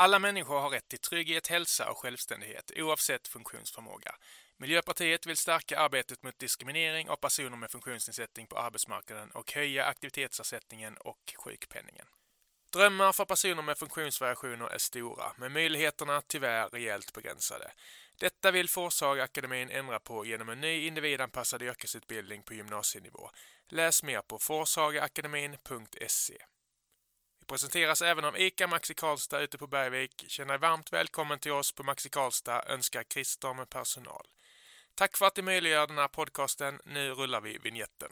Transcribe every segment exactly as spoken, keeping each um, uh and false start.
Alla människor har rätt till trygghet, hälsa och självständighet oavsett funktionsförmåga. Miljöpartiet vill stärka arbetet mot diskriminering av personer med funktionsnedsättning på arbetsmarknaden och höja aktivitetsersättningen och sjukpenningen. Drömmar för personer med funktionsvariationer är stora, men möjligheterna tyvärr rejält begränsade. Detta vill Forshaga-akademin ändra på genom en ny individanpassad yrkesutbildning på gymnasienivå. Läs mer på forshagaakademin punkt se. Vi presenteras även av ICA Maxi Karlstad ute på Bergvik. Känn dig varmt välkommen till oss på Maxi Karlstad, önskar Christer med personal. Tack för att du möjliggör den här podcasten. Nu rullar vi vignetten.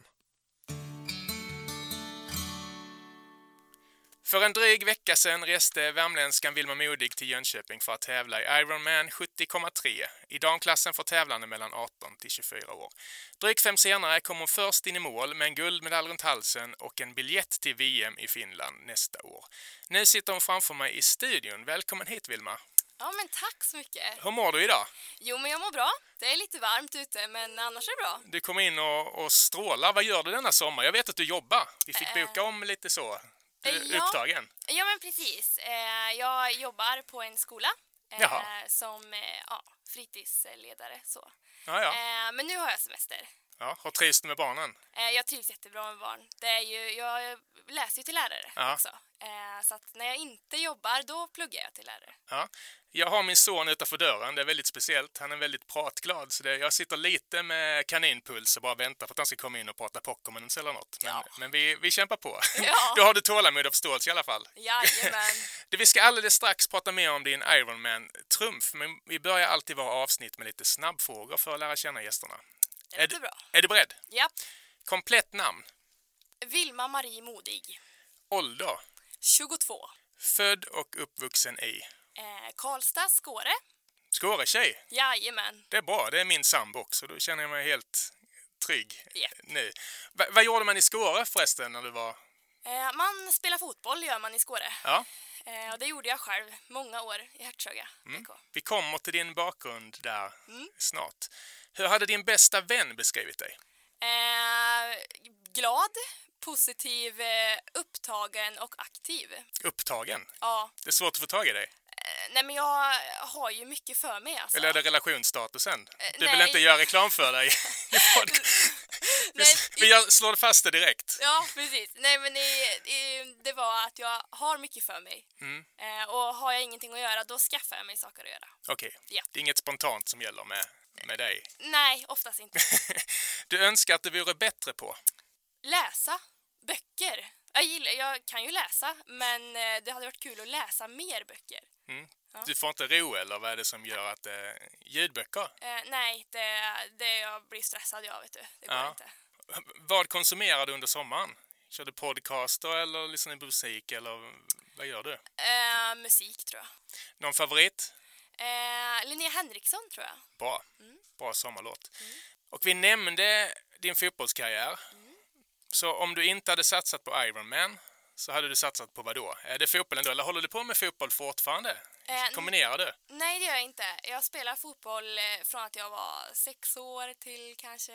För en dryg vecka sedan reste värmländskan Vilma Modig till Jönköping för att tävla i Ironman sjuttio komma tre. I damklassen för tävlande mellan arton till tjugofyra år. Drygt fem senare kom hon först in i mål med en guldmedalj runt halsen och en biljett till V M i Finland nästa år. Nu sitter hon framför mig i studion. Välkommen hit, Vilma. Ja, men tack så mycket. Hur mår du idag? Jo, men jag mår bra. Det är lite varmt ute, men annars är det bra. Du kom in och, och strålar. Vad gör du denna sommar? Jag vet att du jobbar. Vi fick Äh... boka om lite så. Du är ja. upptagen. Ja, men precis. Jag jobbar på en skola Jaha. som ja, fritidsledare. Så. Ja, ja. Men nu har jag semester. Ja, och trivs du med barnen? Jag trivs jättebra med barn. Det är ju, jag läser ju till lärare ja. också. Så att när jag inte jobbar, då pluggar jag till lärare. Ja. Jag har min son utanför dörren. Det är väldigt speciellt. Han är väldigt pratglad. Så det, jag sitter lite med kaninpuls och bara väntar på att han ska komma in och prata Pokémon eller något. Men, ja. men vi, vi kämpar på. Ja. Då har du tålamod och förståelse i alla fall. Jajamän. Vi ska alldeles strax prata mer om din Ironman-trumf. Men vi börjar alltid vara avsnitt med lite snabbfrågor för att lära känna gästerna. Det är, är, du, bra. Är du beredd? Ja. Komplett namn? Vilma Marie Modig. Ålder? tjugotvå. Född och uppvuxen i? Eh, Karlstad, Skåre. Skåre tjej? Jajamän. Det är bra, det är min sambo också. Då känner jag mig helt trygg yeah. nu. Va, vad gjorde man i Skåre förresten när du var? Eh, man spelar fotboll gör man i Skåre. Ja. Eh, och det gjorde jag själv många år i Hertsöga. Mm. Vi kommer till din bakgrund där mm. snart. Hur hade din bästa vän beskrivit dig? Eh, glad, positiv, upptagen och aktiv. Upptagen? Ja. Det är svårt att få tag i dig. Eh, nej, men jag har ju mycket för mig. Alltså. Eller är det relationsstatusen? Eh, du nej. vill inte göra reklam för dig i nej, Vi gör, slår fast det direkt. Ja, precis. Nej, men det, det, det var att jag har mycket för mig. Mm. Eh, och har jag ingenting att göra, då skaffar jag mig saker att göra. Okej. Okay. Ja. Det är inget spontant som gäller med, med dig? Nej, oftast inte. Du önskar att du vore bättre på? Läsa böcker. Jag, gillar, jag kan ju läsa, men det hade varit kul att läsa mer böcker. Mm. Ja. Du får inte ro, eller vad är det som gör att det eh, ljudböcker? Eh, nej, det, det jag blir stressad jag vet du. Det går ja. inte. Vad konsumerar du under sommaren? Kör du podcaster eller lyssnar på musik eller vad gör du? Eh, musik tror jag. Någon favorit? Eh, Linnea Henriksson tror jag. Bra. Mm. Bra sommarlåt. Mm. Och vi nämnde din fotbollskarriär. Mm. Så om du inte hade satsat på Ironman så hade du satsat på vad då? Är det fotbollen då? Eller håller du på med fotboll fortfarande? Eh, Kombinerar du? Nej, det gör jag inte. Jag spelar fotboll från att jag var sex år till kanske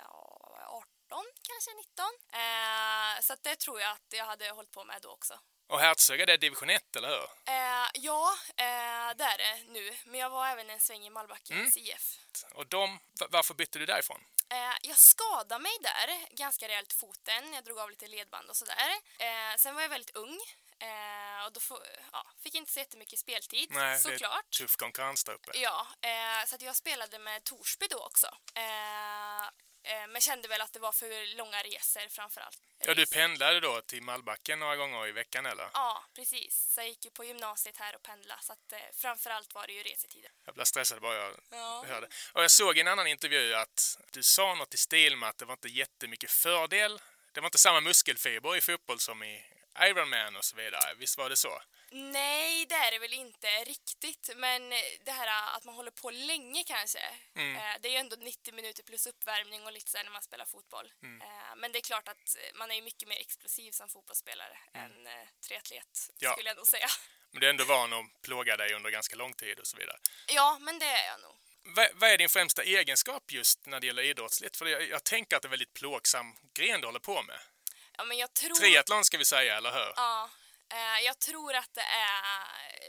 arton, kanske nitton. Eh, så att det tror jag att jag hade hållit på med då också. Och Hertsöga, det är division ett, eller hur? Eh, ja, eh, det är det nu. Men jag var även en sväng i Malbackens mm. I F. Och de, varför bytte du därifrån? Eh, jag skadade mig där, ganska rejält foten. Jag drog av lite ledband och sådär. Eh, sen var jag väldigt ung. Eh, och då få, ja, fick inte så jättemycket speltid. Nej, såklart. Det är tuff konkurrens där uppe. Ja, eh, så att jag spelade med Torsby då också. Eh, eh, men kände väl att det var för långa resor framförallt. Ja, du pendlade då till Malbacken några gånger i veckan, eller? Ja, precis. Så jag gick ju på gymnasiet här och pendlade. Så att eh, framförallt var det ju resetiden. Jag blev stressad bara jag ja. hörde. Och jag såg i en annan intervju att du sa något i stil med att det var inte jättemycket fördel. Det var inte samma muskelfiber i fotboll som i Ironman och så vidare. Visst var det så? Nej, det är det väl inte riktigt. Men det här att man håller på länge kanske. Mm. Det är ju ändå nittio minuter plus uppvärmning och lite så när man spelar fotboll. Mm. Men det är klart att man är ju mycket mer explosiv som fotbollsspelare mm. än triatlet, ja. skulle jag nog säga. Men du är ändå van att plåga dig under ganska lång tid och så vidare. Ja, men det är jag nog. V- vad är din främsta egenskap just när det gäller idrottsligt? För jag, jag tänker att det är väldigt plågsam gren du håller på med. Ja, men jag tror... Triathlon ska vi säga, eller hur? Ja, eh, jag tror att det är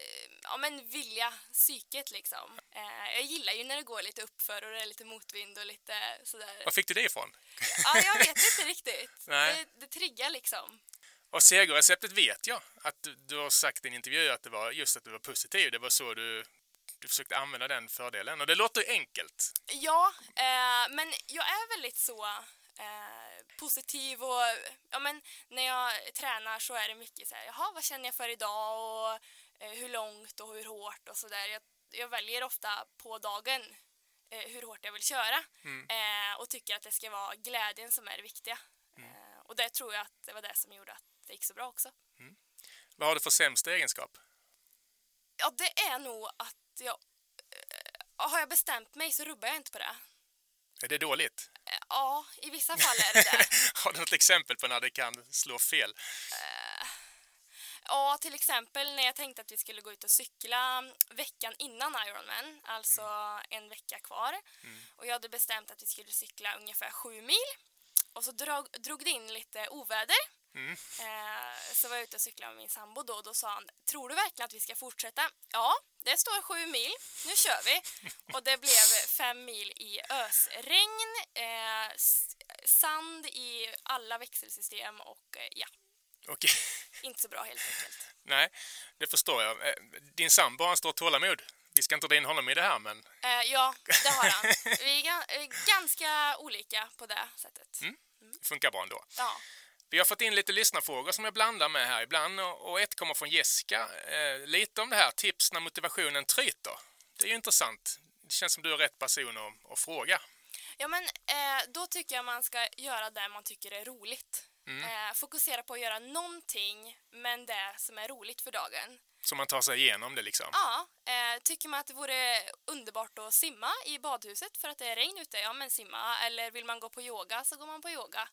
ja, men vilja psyket liksom. Eh, jag gillar ju när det går lite uppför och det är lite motvind och lite sådär. Var fick du det ifrån? Ja, jag vet inte riktigt. Nej. Det, det triggar liksom. Och segerreceptet vet jag att du, du har sagt i en intervju att det var just att du var positiv. Det var så du, du försökte använda den fördelen. Och det låter ju enkelt. Ja, eh, men jag är väldigt så eh, positiv och ja, men när jag tränar så är det mycket så här, jaha, vad känner jag för idag och eh, hur långt och hur hårt och sådär. Jag, jag väljer ofta på dagen eh, hur hårt jag vill köra Mm. eh, och tycker att det ska vara glädjen som är det viktiga. Mm. Eh, och det tror jag att det var det som gjorde att det gick så bra också. Mm. Vad har du för sämsta egenskap? Ja, det är nog att jag eh, har jag bestämt mig så rubbar jag inte på det. Är det dåligt? Eh, ja, i vissa fall är det det. Har du något exempel på när det kan slå fel? Eh, ja, till exempel när jag tänkte att vi skulle gå ut och cykla veckan innan Ironman, alltså mm. en vecka kvar. Mm. Och jag hade bestämt att vi skulle cykla ungefär sju mil. Och så drog, drog det in lite oväder. Mm. Eh, så var jag ute och cyklade med min sambo då och då sa han, tror du verkligen att vi ska fortsätta? Ja, det står sju mil, nu kör vi. Och det blev fem mil i ösregn, eh, sand i alla växelsystem och eh, ja. Okej. Inte så bra helt enkelt. Nej, det förstår jag. Din sambo har en stor tålamod. Vi ska inte dra in honom i det här, men... Eh, ja, det har han. Vi är ganska olika på det sättet. Mm. Mm. Funkar bra ändå. Ja. Vi har fått in lite lyssnarfrågor som jag blandar med här ibland. Och ett kommer från Jessica. Eh, lite om det här. Tips när motivationen tryter. Det är ju intressant. Det känns som du är rätt person att, att fråga. Ja, men eh, då tycker jag man ska göra det man tycker är roligt. Mm. Eh, fokusera på att göra någonting, men det som är roligt för dagen. Så man tar sig igenom det liksom? Ja, eh, tycker man att det vore underbart att simma i badhuset för att det är regn ute, ja men simma. Eller vill man gå på yoga så går man på yoga.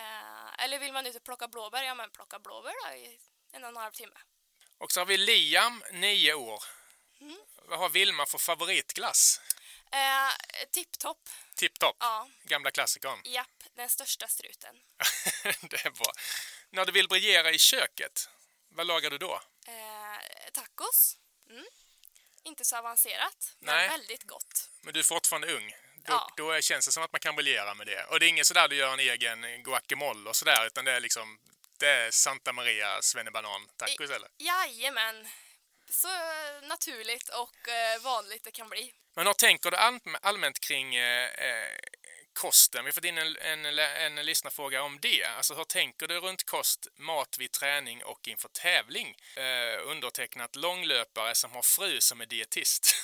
Eh, eller vill man ut och plocka blåbär, ja men plocka blåbär då i en och en halv timme. Och så har vi Liam, nio år. Mm. Vad har Vilma för favoritglass? Eh, Tipptopp. Tipptopp? Ja. Gamla klassikern? Japp, den största struten. Det är bra. När du vill briljera i köket, vad lagar du då? Eh, tacos. Mm. Inte så avancerat, men Nej. väldigt gott. Men du är fortfarande ung. Då, Ja. då känns det som att man kan briljera med det. Och det är inget sådär du gör en egen guacamole och sådär, utan det är liksom det är Santa Maria svennebanan tacos eller? Jajamän. Så naturligt och eh, vanligt det kan bli. Men hur tänker du all, allmänt kring eh, kosten? Vi har fått in en, en, en lyssnarfråga om det. Alltså hur tänker du runt kost, mat vid träning och inför tävling? Eh, undertecknat långlöpare som har fru som är dietist.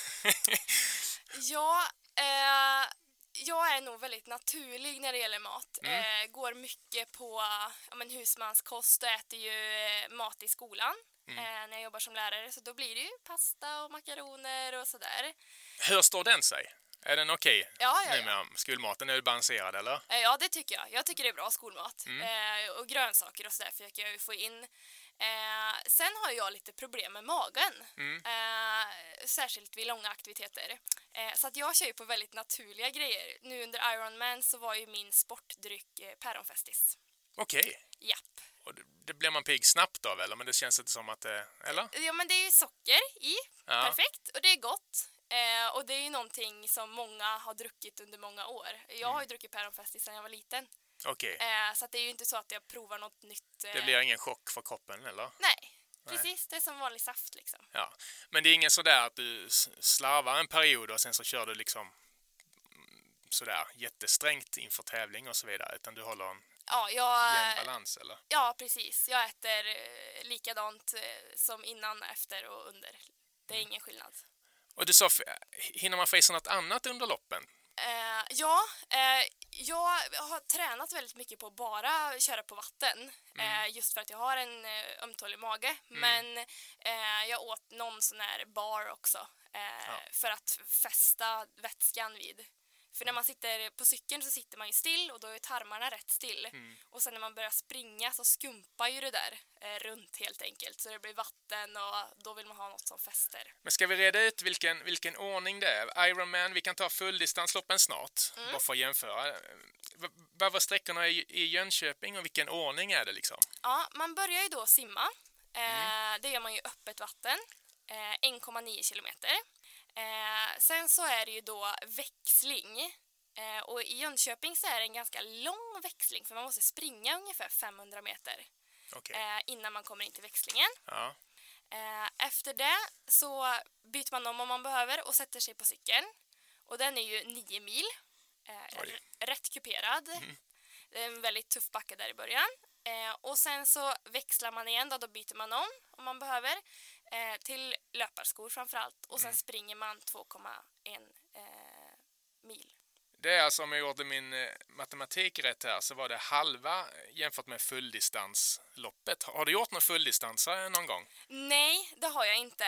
Ja, eh, jag är nog väldigt naturlig när det gäller mat. Mm. Eh, går mycket på ja, men husmanskost och äter ju eh, mat i skolan. Mm. Eh, när jag jobbar som lärare, så då blir det ju pasta och makaroner och sådär. Hur står den sig? Är den okej? Okay? Ja, ja, nu med ja. Skolmaten är ju balanserad, eller? Eh, ja, det tycker jag. Jag tycker det är bra skolmat. Mm. Eh, och grönsaker och sådär försöker jag ju få in. Eh, sen har jag lite problem med magen. Mm. Eh, särskilt vid långa aktiviteter. Eh, så att jag kör ju på väldigt naturliga grejer. Nu under Ironman så var ju min sportdryck eh, päronfestis. Okej. Okay. Japp. Och det, det blir man pigg snabbt av, eller? Men det känns inte som att det... Eller? Ja, men det är ju socker i. Ja. Perfekt. Och det är gott. Eh, och det är ju någonting som många har druckit under många år. Jag mm. har ju druckit päronfestis sedan jag var liten. Okej. Okay. Eh, så att det är ju inte så att jag provar något nytt. Eh... Det blir ingen chock för kroppen, eller? Nej. Precis, det är som vanlig saft liksom. Ja, men det är ingen sådär att du slarvar en period och sen så kör du liksom sådär jättesträngt inför tävling och så vidare, utan du håller en ja, jag, jämn balans, eller? Ja, precis. Jag äter eh, likadant eh, som innan, efter och under. Det är mm. ingen skillnad. Och du sa, hinner man få i sig något annat under loppen? Eh, ja, eh, jag har tränat väldigt mycket på att bara köra på vatten. Mm. Eh, just för att jag har en eh, ömtålig mage. Mm. Men eh, jag åt någon sån här bar också. Eh, ja. För att fästa vätskan vid. För när man sitter på cykeln så sitter man ju still och då är tarmarna rätt still. Mm. Och sen när man börjar springa så skumpar ju det där eh, runt helt enkelt. Så det blir vatten och då vill man ha något som fäster. Men ska vi reda ut vilken, vilken ordning det är? Ironman, vi kan ta fulldistansloppen snart. Mm. Bara för att jämföra. V- vad var sträckorna i, i Jönköping och vilken ordning är det liksom? Ja, man börjar ju då simma. Eh, mm. Det gör man ju öppet vatten. eh, en komma nio kilometer. Eh, sen så är det ju då växling. Eh, och i Jönköping så är det en ganska lång växling för man måste springa ungefär femhundra meter Okay. eh, innan man kommer in till växlingen. Ja. Eh, efter det så byter man om om man behöver och sätter sig på cykeln. Och den är ju nio mil. Eh, r- rätt kuperad. Mm. Det är en väldigt tuff backe där i början. Eh, och sen så växlar man igen då, då byter man om om man behöver. Eh, till löparskor framförallt. Och sen mm. springer man två komma ett eh, mil. Det är alltså, om jag gjorde min eh, matematik rätt här, så var det halva jämfört med fulldistansloppet. Har du gjort någon fulldistansare någon gång? Nej, det har jag inte.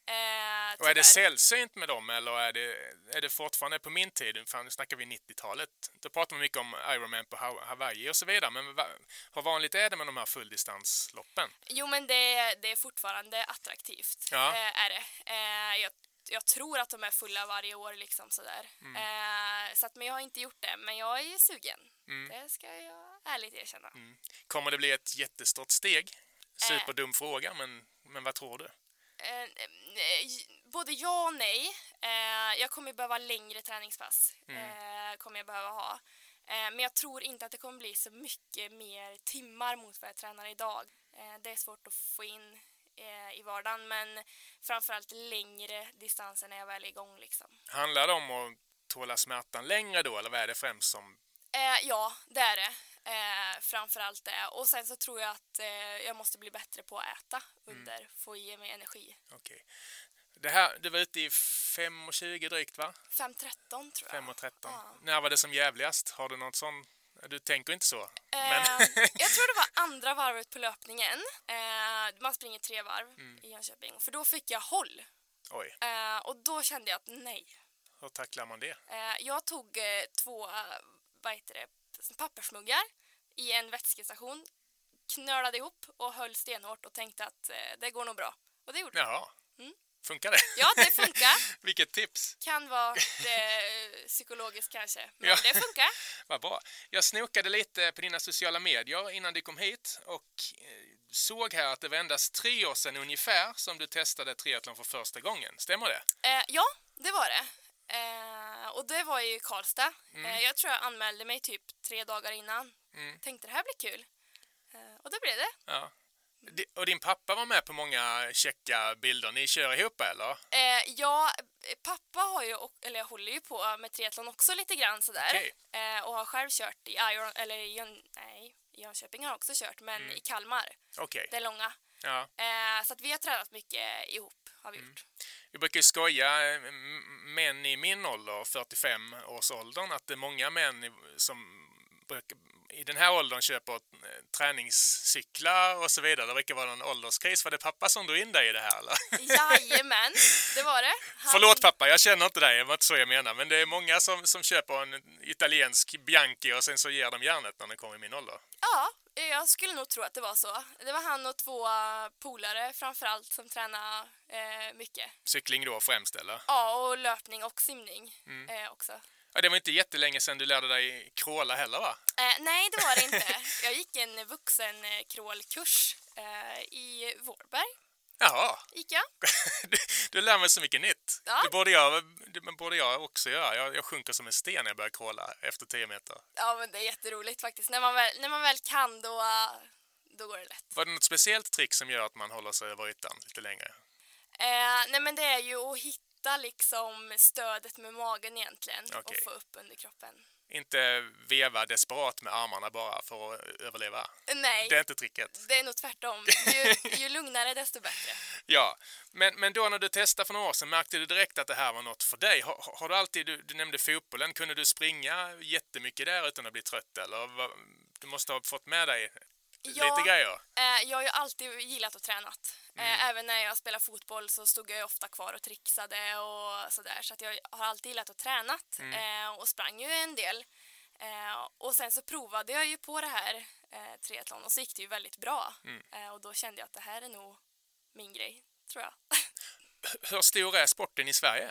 Eh, och är det sällsynt med dem, eller är det, är det fortfarande på min tid? Fan, nu snackar vi nittiotalet. Då pratar man mycket om Ironman på Hawaii och så vidare. Men hur vanligt är det med de här fulldistansloppen? Jo, men det, det är fortfarande attraktivt. Ja. Eh, är det. Eh, jag Jag tror att de är fulla varje år liksom sådär. Mm. Eh, så att, men jag har inte gjort det. Men jag är ju sugen. Mm. Det ska jag ärligt erkänna. Mm. Kommer det bli ett jättestort steg? Superdum eh. fråga, men, men vad tror du? Eh, eh, både ja och nej. Eh, jag kommer behöva längre träningspass. Mm. Eh, kommer jag behöva ha. Eh, men jag tror inte att det kommer bli så mycket mer timmar mot vad jag tränar idag. Eh, det är svårt att få in i vardagen, men framförallt längre distanser när jag väl är igång liksom. Handlar det om att tåla smärtan längre då, eller vad är det främst som? Eh, ja, det är det. Eh, framförallt det. Och sen så tror jag att eh, jag måste bli bättre på att äta under, mm. få i mig energi. Okej. Det här, du var ute i fem och tjugo drygt, va? fem tretton tror jag. fem och tretton. Ja. När var det som jävligast? Har du något sånt? Du tänker inte så. Eh, men jag tror det var andra varvet på löpningen. Eh, man springer tre varv mm. i Jönköping. För då fick jag håll. Oj. Eh, och då kände jag att nej. Hur tacklar man det? Eh, jag tog eh, två vad heter det, pappersmuggar i en vätskestation. Knölade ihop och höll stenhårt och tänkte att eh, det går nog bra. Och det gjorde det. Jaha. Mm. Funkar det? Ja, det funkar. Vilket tips. Kan vara det, psykologiskt kanske, men ja. Det funkar. Vad bra. Jag snokade lite på dina sociala medier innan du kom hit och såg här att det var endast tre år sedan ungefär som du testade triathlon för första gången. Stämmer det? Eh, ja, det var det. Eh, och det var i Karlstad. Mm. Eh, jag tror jag anmälde mig typ tre dagar innan. Mm. Tänkte det här blir kul. Eh, och det blev det. Ja. Och din pappa var med på många checka bilder. Ni kör ihop eller? Eh, ja, pappa har ju, eller jag håller ju på med triathlon också lite grann sådär. Okay. Eh, och har själv kört i Iron, eller i Jön, nej, i Jönköping har jag också kört, men mm. i Kalmar. Okay. Det är långa. Ja. Eh, så att vi har tränat mycket ihop, har vi mm. gjort. Vi brukar skoja, män i min ålder, fyrtiofem års åldern, att det är många män som brukar i den här åldern köper träningscyklar och så vidare. Det verkar vara någon ålderskris. Var det pappa som drog in dig i det här? Eller? Jajamän, det var det. Han... Förlåt pappa, jag känner inte dig. Det var inte så jag menar. Men det är många som, som köper en italiensk Bianchi och sen så ger de järnet när den kommer i min ålder. Ja, jag skulle nog tro att det var så. Det var han och två polare framförallt som tränade eh, mycket. Cykling då främst eller? Ja, och löpning och simning mm. eh, också. Ja, det var inte jättelänge sedan du lärde dig kråla heller, va? Eh, nej, det var det inte. Jag gick en vuxen krålkurs eh, i Vårberg. Jaha. Gick jag? du, du lär mig så mycket nytt. Ja. Det, borde jag, det borde jag också göra. Jag, jag sjunker som en sten när jag börjar kråla efter tio meter. Ja, men det är jätteroligt faktiskt. När man väl, när man väl kan, då, då går det lätt. Var det något speciellt trick som gör att man håller sig över ytan lite längre? Eh, nej, men det är ju att hitta liksom stödet med magen egentligen okay. och få upp under kroppen. Inte veva desperat med armarna bara för att överleva. Nej. Det är inte tricket. Det är nog tvärtom. Ju, ju lugnare desto bättre. Ja, men, men då när du testade för några år sedan märkte du direkt att det här var något för dig. Har, har du alltid, du, du nämnde fotbollen, kunde du springa jättemycket där utan att bli trött? Eller du måste ha fått med dig ja, lite grejer? Eh, jag har ju alltid gillat att träna. Mm. Eh, även när jag spelade fotboll så stod jag ju ofta kvar och trixade och sådär. Så att jag har alltid gillat att träna mm. eh, och sprang ju en del. Eh, och sen så provade jag ju på det här eh, triathlon och så gick det ju väldigt bra. Mm. Eh, och då kände jag att det här är nog min grej, tror jag. Hur stor är sporten i Sverige?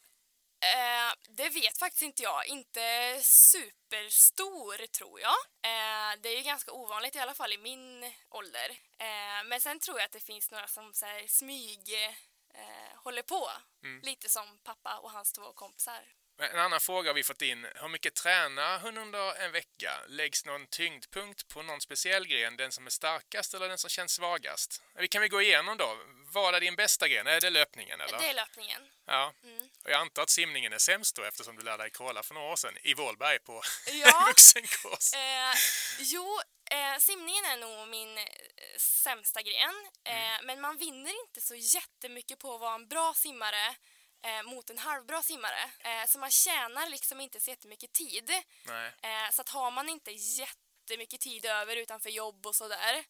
Eh, det vet faktiskt inte jag. Inte superstor, tror jag. Eh, det är ju ganska ovanligt i alla fall i min ålder. Eh, men sen tror jag att det finns några som så här, smyg eh, håller på. Mm. Lite som pappa och hans två kompisar. En annan fråga vi fått in. Hur mycket tränar hon under en vecka? Läggs någon tyngdpunkt på någon speciell gren? Den som är starkast eller den som känns svagast? Vi kan vi gå igenom då. Vad är din bästa gren? Är det löpningen eller? Det är löpningen. Ja. Mm. Och jag antar att simningen är sämst då eftersom du lärde dig kråla för några år sedan i Vålberg på Ja. vuxenkurs. Eh, jo, eh, simningen är nog min eh, sämsta gren. Eh, Mm. Men man vinner inte så jättemycket på att vara en bra simmare eh, mot en halvbra simmare. Eh, så man tjänar liksom inte så jättemycket tid. Nej. Eh, så att har man inte jättemycket tid över utanför jobb och sådär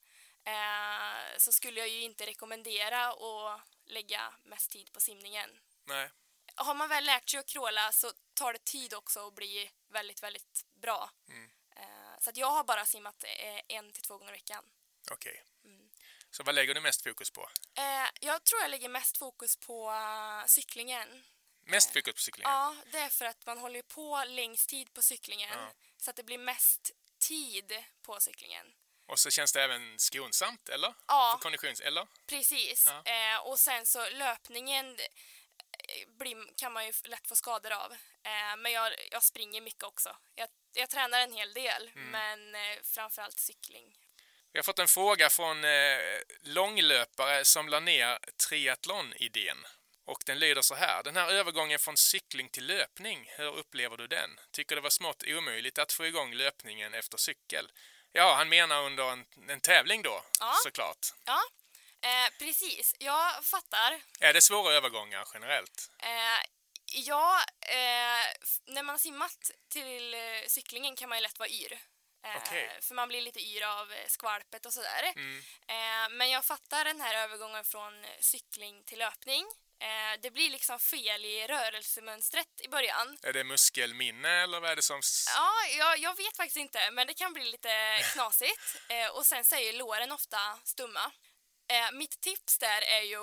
eh, så skulle jag ju inte rekommendera att lägga mest tid på simningen. Nej. Har man väl lärt sig att kråla så tar det tid också att bli väldigt, väldigt bra. Mm. Eh, så att jag har bara simmat eh, en till två gånger i veckan. Okej. Okay. Mm. Så vad lägger du mest fokus på? Eh, jag tror jag lägger mest fokus på uh, cyklingen. Mest fokus på cyklingen? Ja, det är för att man håller på längst tid på cyklingen. Ja. Så att det blir mest tid på cyklingen. Och så känns det även skonsamt, eller? Ja. För konditions, eller? Precis. Ja. Eh, och sen så löpningen eh, blir, kan man ju lätt få skador av. Eh, men jag, jag springer mycket också. Jag, jag tränar en hel del, Mm. men eh, framförallt cykling. Vi har fått en fråga från eh, långlöpare som la ner triathlon-idén. Och den lyder så här. Den här övergången från cykling till löpning, hur upplever du den? Tycker det var smått omöjligt att få igång löpningen efter cykel? Ja, han menar under en, en tävling då, Ja. såklart. Ja, eh, precis. Jag fattar. Är det svåra övergångar generellt? Eh, ja, eh, f- när man har simmat till eh, cyklingen kan man ju lätt vara yr. Eh, Okej. För man blir lite yr av eh, skvalpet och sådär. Mm. Eh, men jag fattar den här övergången från eh, cykling till löpning. Eh, det blir liksom fel i rörelsemönstret i början. Är det muskelminne eller vad är det som... s- Ja, jag, jag vet faktiskt inte, men det kan bli lite knasigt. Eh, och sen så är ju låren ofta stumma. Eh, mitt tips där är ju,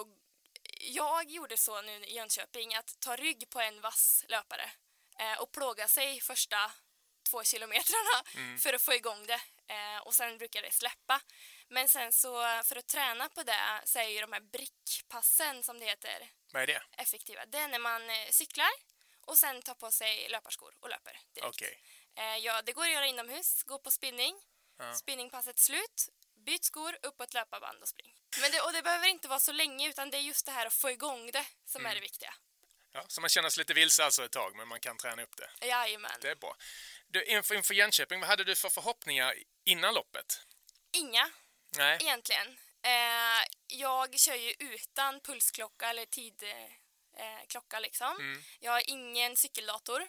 jag gjorde så nu i Jönköping, att ta rygg på en vass löpare eh, och plåga sig första två kilometrarna Mm. för att få igång det. Eh, och sen brukar det släppa. Men sen så för att träna på det så är ju de här brickpassen som det heter Vad är det? effektiva. Det är när man eh, cyklar och sen tar på sig löparskor och löper direkt. Okej. Eh, ja, det går att göra inomhus, gå på spinning, Ja. spinningpasset slut, byt skor, upp på ett löparband och spring. Men det, och det behöver inte vara så länge utan det är just det här att få igång det som Mm. är det viktiga. Ja, så man känner sig lite vilse alltså ett tag, men man kan träna upp det. Jajamän. Det är bra. Du, inför, inför Jönköping, vad hade du för förhoppningar innan loppet? Inga, Nej. egentligen. Eh, jag kör ju utan pulsklocka eller tidklocka eh, klocka liksom. Mm. Jag har ingen cykeldator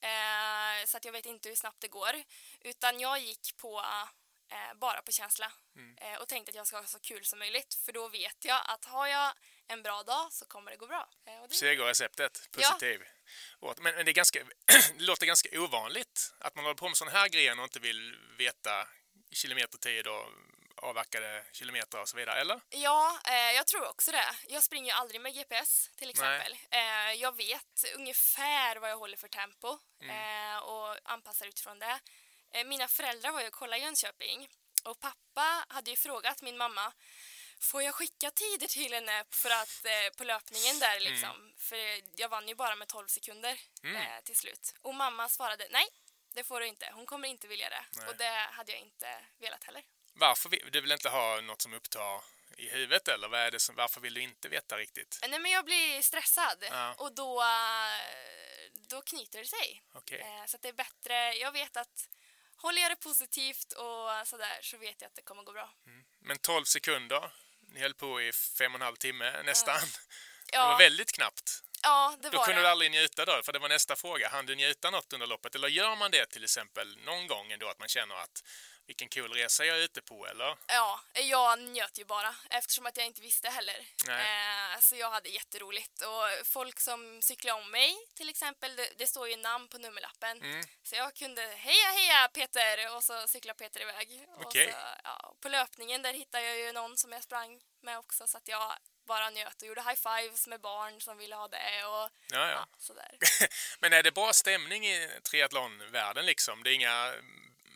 eh, så att jag vet inte hur snabbt det går. Utan jag gick på eh, bara på känsla Mm. eh, och tänkte att jag ska ha så kul som möjligt. För då vet jag att har jag en bra dag så kommer det gå bra. Eh, och det... Segerreceptet, positiv. Ja. Men, men det, är ganska, det låter ganska ovanligt att man håller på med sån här grejer och inte vill veta kilometertid och avverkade kilometer och så vidare, eller? Ja, eh, jag tror också det. Jag springer ju aldrig med G P S till exempel. Eh, jag vet ungefär vad jag håller för tempo Mm. eh, och anpassar utifrån det. Eh, mina föräldrar var ju och kollade i Jönköping och pappa hade ju frågat min mamma, får jag skicka tider till henne för att, eh, på löpningen där liksom? För jag vann ju bara med tolv sekunder Mm. eh, till slut. Och mamma svarade, nej, det får du inte. Hon kommer inte vilja det. Nej. Och det hade jag inte velat heller. Varför vill du vill inte ha något som upptar i huvudet, eller vad är det som, varför vill du inte veta riktigt? Nej, men jag blir stressad Ja. och då, eh, då knyter det sig. Okej. Eh, Så att det är bättre, jag vet att håller jag det positivt och sådär så vet jag att det kommer gå bra. Men tolv sekunder, ni höll på i fem och en halv timme nästan. Det var Ja, väldigt knappt. ja det Då var kunde det. du aldrig njuta då, för det var nästa fråga. Han du njuta något under loppet? Eller gör man det till exempel någon gång ändå att man känner att vilken kul resa jag är ute på, eller? Ja, jag njöt ju bara eftersom att jag inte visste heller. Nej. Eh, så jag hade jätteroligt. Och folk som cyklade om mig till exempel, det, det står ju namn på nummerlappen. Mm. Så jag kunde, heja heja Peter! Och så cyklar Peter iväg. Okej. Och så, ja, på löpningen där hittade jag ju någon som jag sprang med också så att jag bara njöt och gjorde high-fives med barn som ville ha det och Ja, ja. ja, sådär. Men är det bra stämning i triathlonvärlden liksom? Det är inga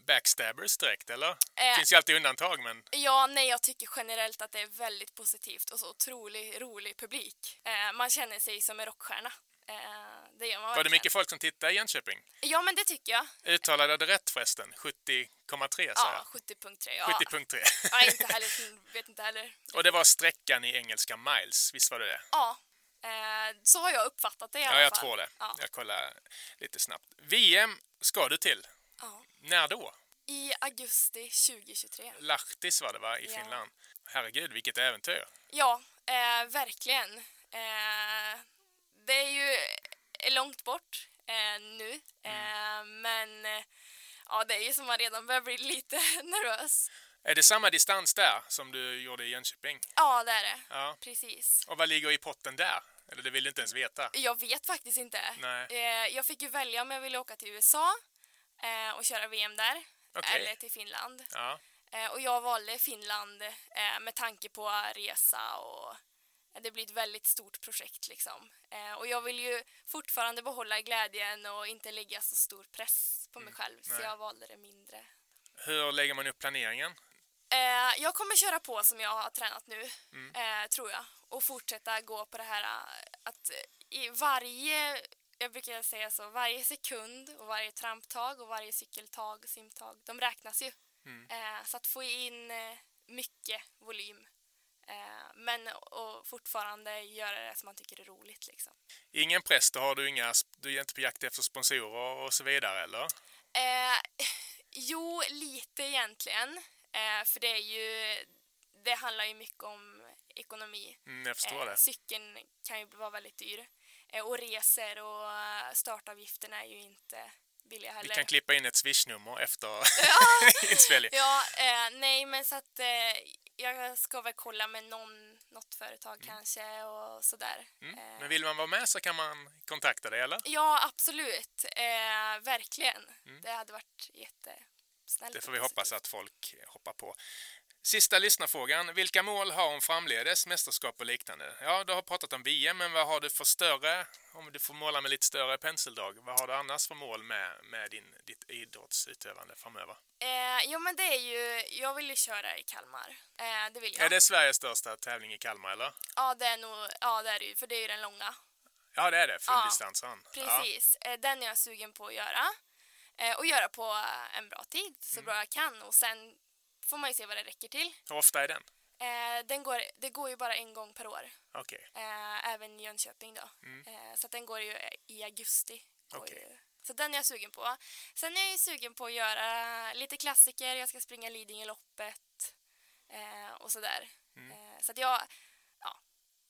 backstabbers direkt, eller? Det Eh, finns ju alltid undantag, men... Ja, nej, jag tycker generellt att det är väldigt positivt och så otroligt rolig publik. Eh, man känner sig som en rockstjärna. Eh, det gör man Var det verkligen. mycket folk som tittade i Jönköping? Ja, men det tycker jag. Uttalade det rätt förresten? sjuttio komma tre sa Ja, jag. sjuttio komma tre. Ja. sjuttio komma tre. Ja, inte heller, vet inte heller. Och det var sträckan i engelska miles, visst var det det? Ja, eh, så har jag uppfattat det i alla Ja, jag fall. tror det. Ja. Jag kollar lite snabbt. V M ska du till. Ja. När då? I augusti tjugohundratjugotre. Lahtis var det, va? I Ja. Finland. Herregud, vilket äventyr. Ja, eh, verkligen. Eh, det är ju långt bort eh, nu, eh, men eh, ja, det är ju som man redan börjar bli lite nervös. Är det samma distans där som du gjorde i Jönköping? Ja, det är det. Ja. Precis. Och vad ligger i potten där? Eller det vill du inte ens veta? Jag vet faktiskt inte. Nej. Eh, jag fick ju välja om jag ville åka till U S A eh, och köra V M där. Okej. Eller till Finland. Ja. Eh, och jag valde Finland eh, med tanke på resa och eh, det blir ett väldigt stort projekt liksom. Eh, och jag vill ju fortfarande behålla glädjen och inte lägga så stor press på mig själv. Nej. Så jag valde det mindre. Hur lägger man upp planeringen? Eh, jag kommer köra på som jag har tränat nu, Mm. eh, tror jag. Och fortsätta gå på det här eh, att i varje, jag brukar säga så, varje sekund och varje tramptag och varje cykeltag och simtag, de räknas ju. Mm. Eh, så att få in eh, mycket volym. Eh, men och fortfarande göra det som man tycker är roligt liksom. Ingen press, då har du inga, du är inte på jakt efter sponsorer och så vidare, eller? Eh, jo, lite egentligen. Eh, för det är ju, det handlar ju mycket om ekonomi. Mm, jag förstår Eh, det. cykeln kan ju vara väldigt dyr. Eh, och resor och eh, startavgifterna är ju inte billiga heller. Vi kan klippa in ett swishnummer efter Ja. inspelning. Ja, eh, nej men så att eh, jag ska väl kolla med någon, något företag Mm. kanske och sådär. Mm. Eh, Men vill man vara med så kan man kontakta dig, eller? Ja, absolut. Eh, verkligen. Mm. Det hade varit jättesnällt. Det får vi hoppas att folk hoppar på. Sista lyssnarfrågan. Vilka mål har hon framledes, mästerskap och liknande? Ja, du har pratat om V M, men vad har du för större, om du får måla med lite större penseldrag, vad har du annars för mål med, med din, ditt idrottsutövande framöver? Eh, jo, men det är ju, jag vill ju köra i Kalmar. Eh, det vill jag. Är det Sveriges största tävling i Kalmar, eller? Ja, det är nog, ja, det är det ju, för det är ju den långa. Ja, det är det. Ja, Fulldistansen. Precis. Eh, den är jag sugen på att göra. Eh, och göra på eh, en bra tid, så Mm. bra jag kan. Och sen får man ju se vad det räcker till. Hur ofta är den? Eh, den går, det går ju bara en gång per år. Okej. Eh, även i Jönköping då. Mm. Eh, så att den går ju i augusti. Går Okej. ju. Så den är jag sugen på. Sen är jag ju sugen på att göra lite klassiker. Jag ska springa Lidingöloppet. Eh, och sådär. Mm. Eh, så att jag, ja,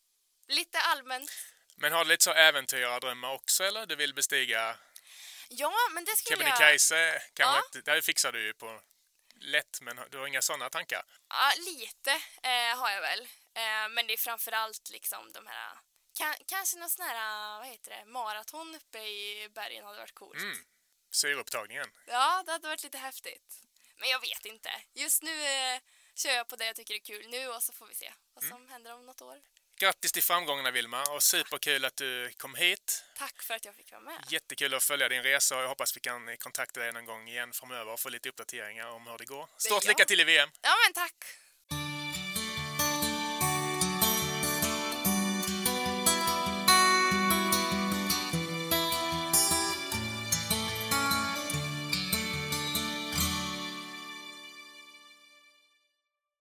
lite allmänt. Men har du lite så äventyrardrömmar också, eller? Du vill bestiga Ja, men det skulle jag... Kebnekaise? Kanske Ja. inte, det fixar du ju på lätt, men du har inga sådana tankar? Ja, lite eh, har jag väl. Eh, men det är framförallt liksom de här... Kan, kanske någon sån här, vad heter det, maraton uppe i bergen hade varit coolt. Mm. Syreupptagningen. Ja, det hade varit lite häftigt. Men jag vet inte. Just nu eh, kör jag på det jag tycker är kul nu och så får vi se vad som händer om något år. Grattis till framgångarna, Vilma, och superkul att du kom hit. Tack för att jag fick vara med. Jättekul att följa din resa och jag hoppas vi kan kontakta dig någon gång igen framöver och få lite uppdateringar om hur det går. Stort jag. lycka till i V M! Ja, men tack.